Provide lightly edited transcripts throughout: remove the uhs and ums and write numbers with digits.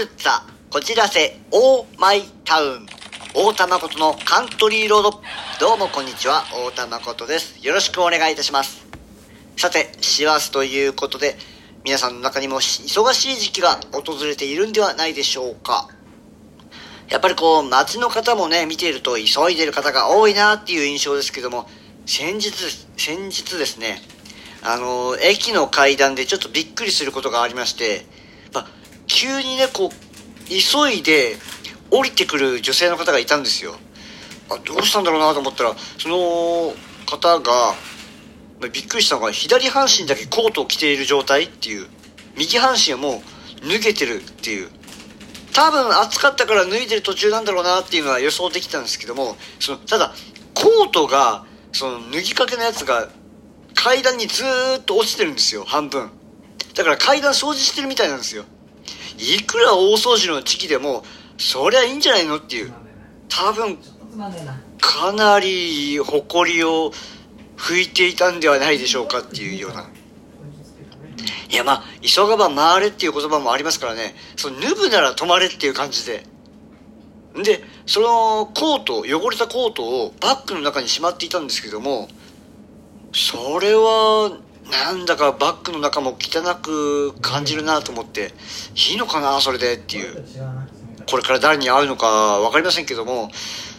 ルツァこちらせオーマイタウン太田誠のカントリーロード。どうもこんにちは、太田誠です。よろしくお願いいたします。さて、師走ということで皆さんの中にも忙しい時期が訪れているんではないでしょうか。やっぱり街の方もね見ていると急いでいる方が多いなっていう印象ですけども、先日ですね、駅の階段でちょっとびっくりすることがありまして、急にね急いで降りてくる女性の方がいたんですよ。どうしたんだろうなと思ったら、その方がびっくりしたのが、左半身だけコートを着ている状態っていう、右半身はもう脱げてるっていう、多分暑かったから脱いでる途中なんだろうなっていうのは予想できたんですけども、ただコートが脱ぎかけのやつが階段にずーっと落ちてるんですよ、半分。だから階段掃除してるみたいなんですよ。いくら大掃除の時期でもそりゃいいんじゃないのっていう、多分かなり埃を拭いていたんではないでしょうかっていうような。いや急がば回れっていう言葉もありますからね、脱ぐなら止まれっていう感じで、そのコート、汚れたコートをバッグの中にしまっていたんですけども、それはなんだかバッグの中も汚く感じるなと思って、いいのかなそれでっていう、これから誰に会うのか分かりませんけども、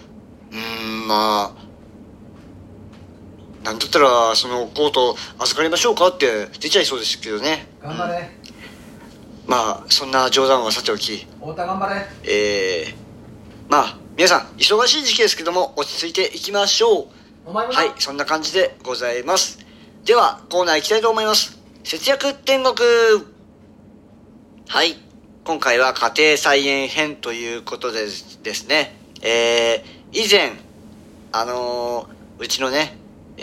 なんだったらそのコート預かりましょうかって出ちゃいそうですけどね。 頑張れ。 そんな冗談はさておき、 太田頑張れ。 皆さん忙しい時期ですけども落ち着いていきましょう。はい、そんな感じでございます。ではコーナー行きたいと思います。節約天国。はい、今回は家庭菜園編ということでですね、以前うちのね、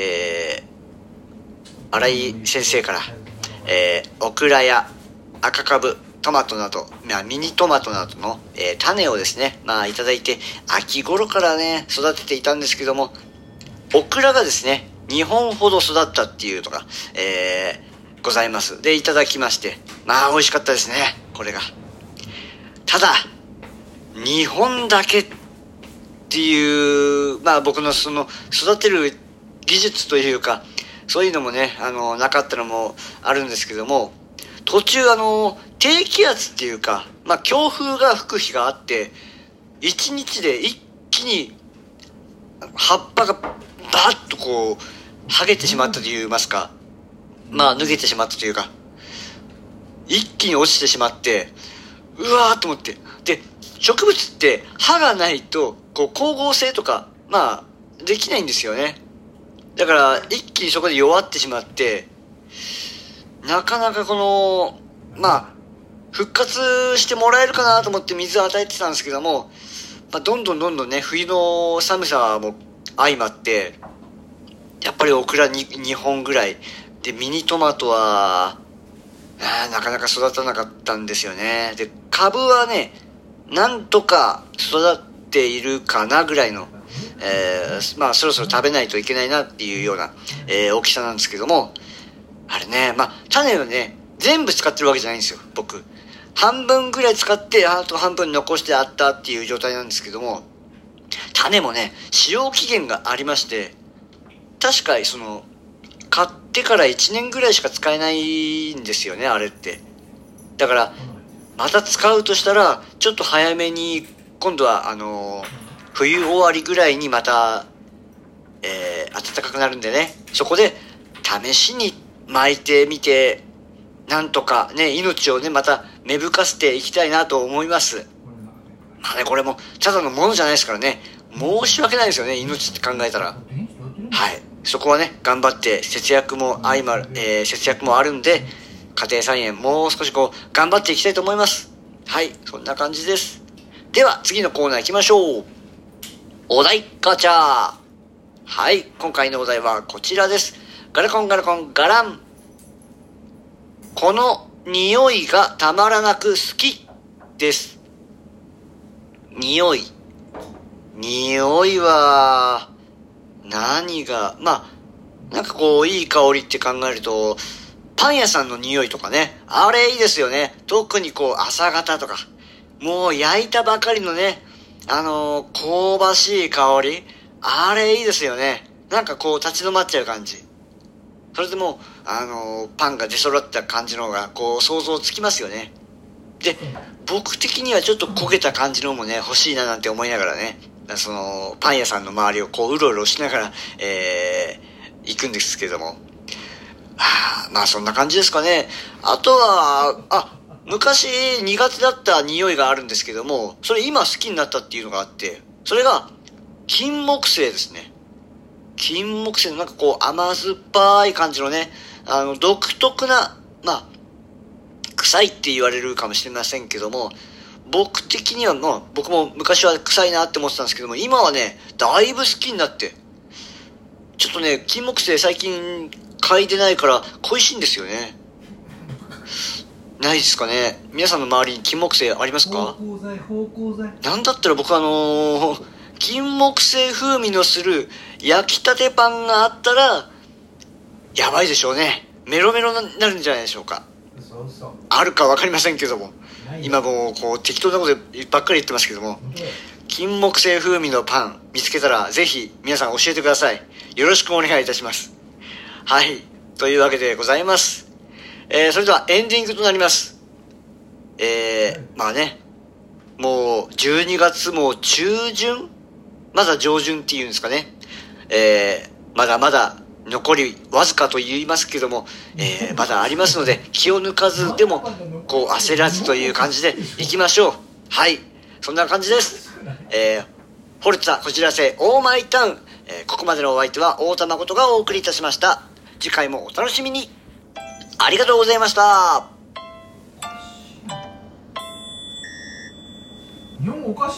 新井先生から、オクラや赤カブ、トマトなど、ミニトマトなどの、種をですねいただいて、秋頃からね育てていたんですけども、オクラがですね2本ほど育ったっていうのが、ございます。でいただきまして、美味しかったですね。これがただ2本だけっていう、僕のその育てる技術というか、そういうのもねなかったのもあるんですけども、途中低気圧っていうか、強風が吹く日があって、1日で一気に葉っぱがバッと剥げてしまったといいますか、脱げてしまったというか、一気に落ちてしまって、うわーと思って、で植物って葉がないと光合成とかできないんですよね。だから一気にそこで弱ってしまって、なかなか復活してもらえるかなと思って水を与えてたんですけども、どんどんね冬の寒さも相まって、やっぱりオクラ 2本ぐらいで、ミニトマトはなかなか育たなかったんですよね。でカブはねなんとか育っているかなぐらいの、そろそろ食べないといけないなっていうような、大きさなんですけども、あれね種をね全部使ってるわけじゃないんですよ。僕半分ぐらい使って、あと半分残してあったっていう状態なんですけども、種もね使用期限がありまして、確か買ってから1年ぐらいしか使えないんですよね、あれって。だからまた使うとしたらちょっと早めに、今度は冬終わりぐらいにまた、暖かくなるんでね、そこで試しに巻いてみて、なんとかね命をねまた芽吹かせていきたいなと思います。これもただのものじゃないですからね、申し訳ないですよね、命って考えたら。はい、そこはね頑張って節約もあるんで、家庭菜園もう少し頑張っていきたいと思います。はい、そんな感じです。では次のコーナー行きましょう。お題ガチャ。はい、今回のお題はこちらです。ガラコンガラコンガラン。この匂いがたまらなく好きです。匂いは何がいい香りって考えると、パン屋さんの匂いとかね、あれいいですよね。特に朝方とかもう焼いたばかりのね、香ばしい香り。あれいいですよね。なんかこう立ち止まっちゃう感じ。それでもう、パンが出揃った感じの方が、こう想像つきますよね。で、僕的にはちょっと焦げた感じのもね、欲しいななんて思いながらね、その、パン屋さんの周りをこう、うろうろしながら、行くんですけども。まあそんな感じですかね。あとは、昔苦手だった匂いがあるんですけども、それ今好きになったっていうのがあって、それが、金木犀ですね。金木犀のなんかこう甘酸っぱい感じのね、独特な、まあ、臭いって言われるかもしれませんけども、僕的には僕も昔は臭いなって思ってたんですけども、今はね、だいぶ好きになって、ちょっとね、金木犀最近嗅いでないから恋しいんですよね。ないですかね。皆さんの周りに金木犀ありますか？ 芳香剤。 なんだったら僕金木犀風味のする焼きたてパンがあったら、やばいでしょうね。メロメロになるんじゃないでしょうか。あるかわかりませんけども。今もうこう適当なことばっかり言ってますけども。金木犀風味のパン見つけたらぜひ皆さん教えてください。よろしくお願いいたします。はい。というわけでございます。それではエンディングとなります。まあね、もう12月も中旬まだ上旬っていうんですかね。まだまだ残りわずかと言いますけども、まだありますので、気を抜かずでも、こう焦らずという感じでいきましょう。はい。そんな感じです。フォルツァこちらせオーマイタウン。ここまでのお相手は太田誠がお送りいたしました。次回もお楽しみに。ありがとうございました。 日本おかしい。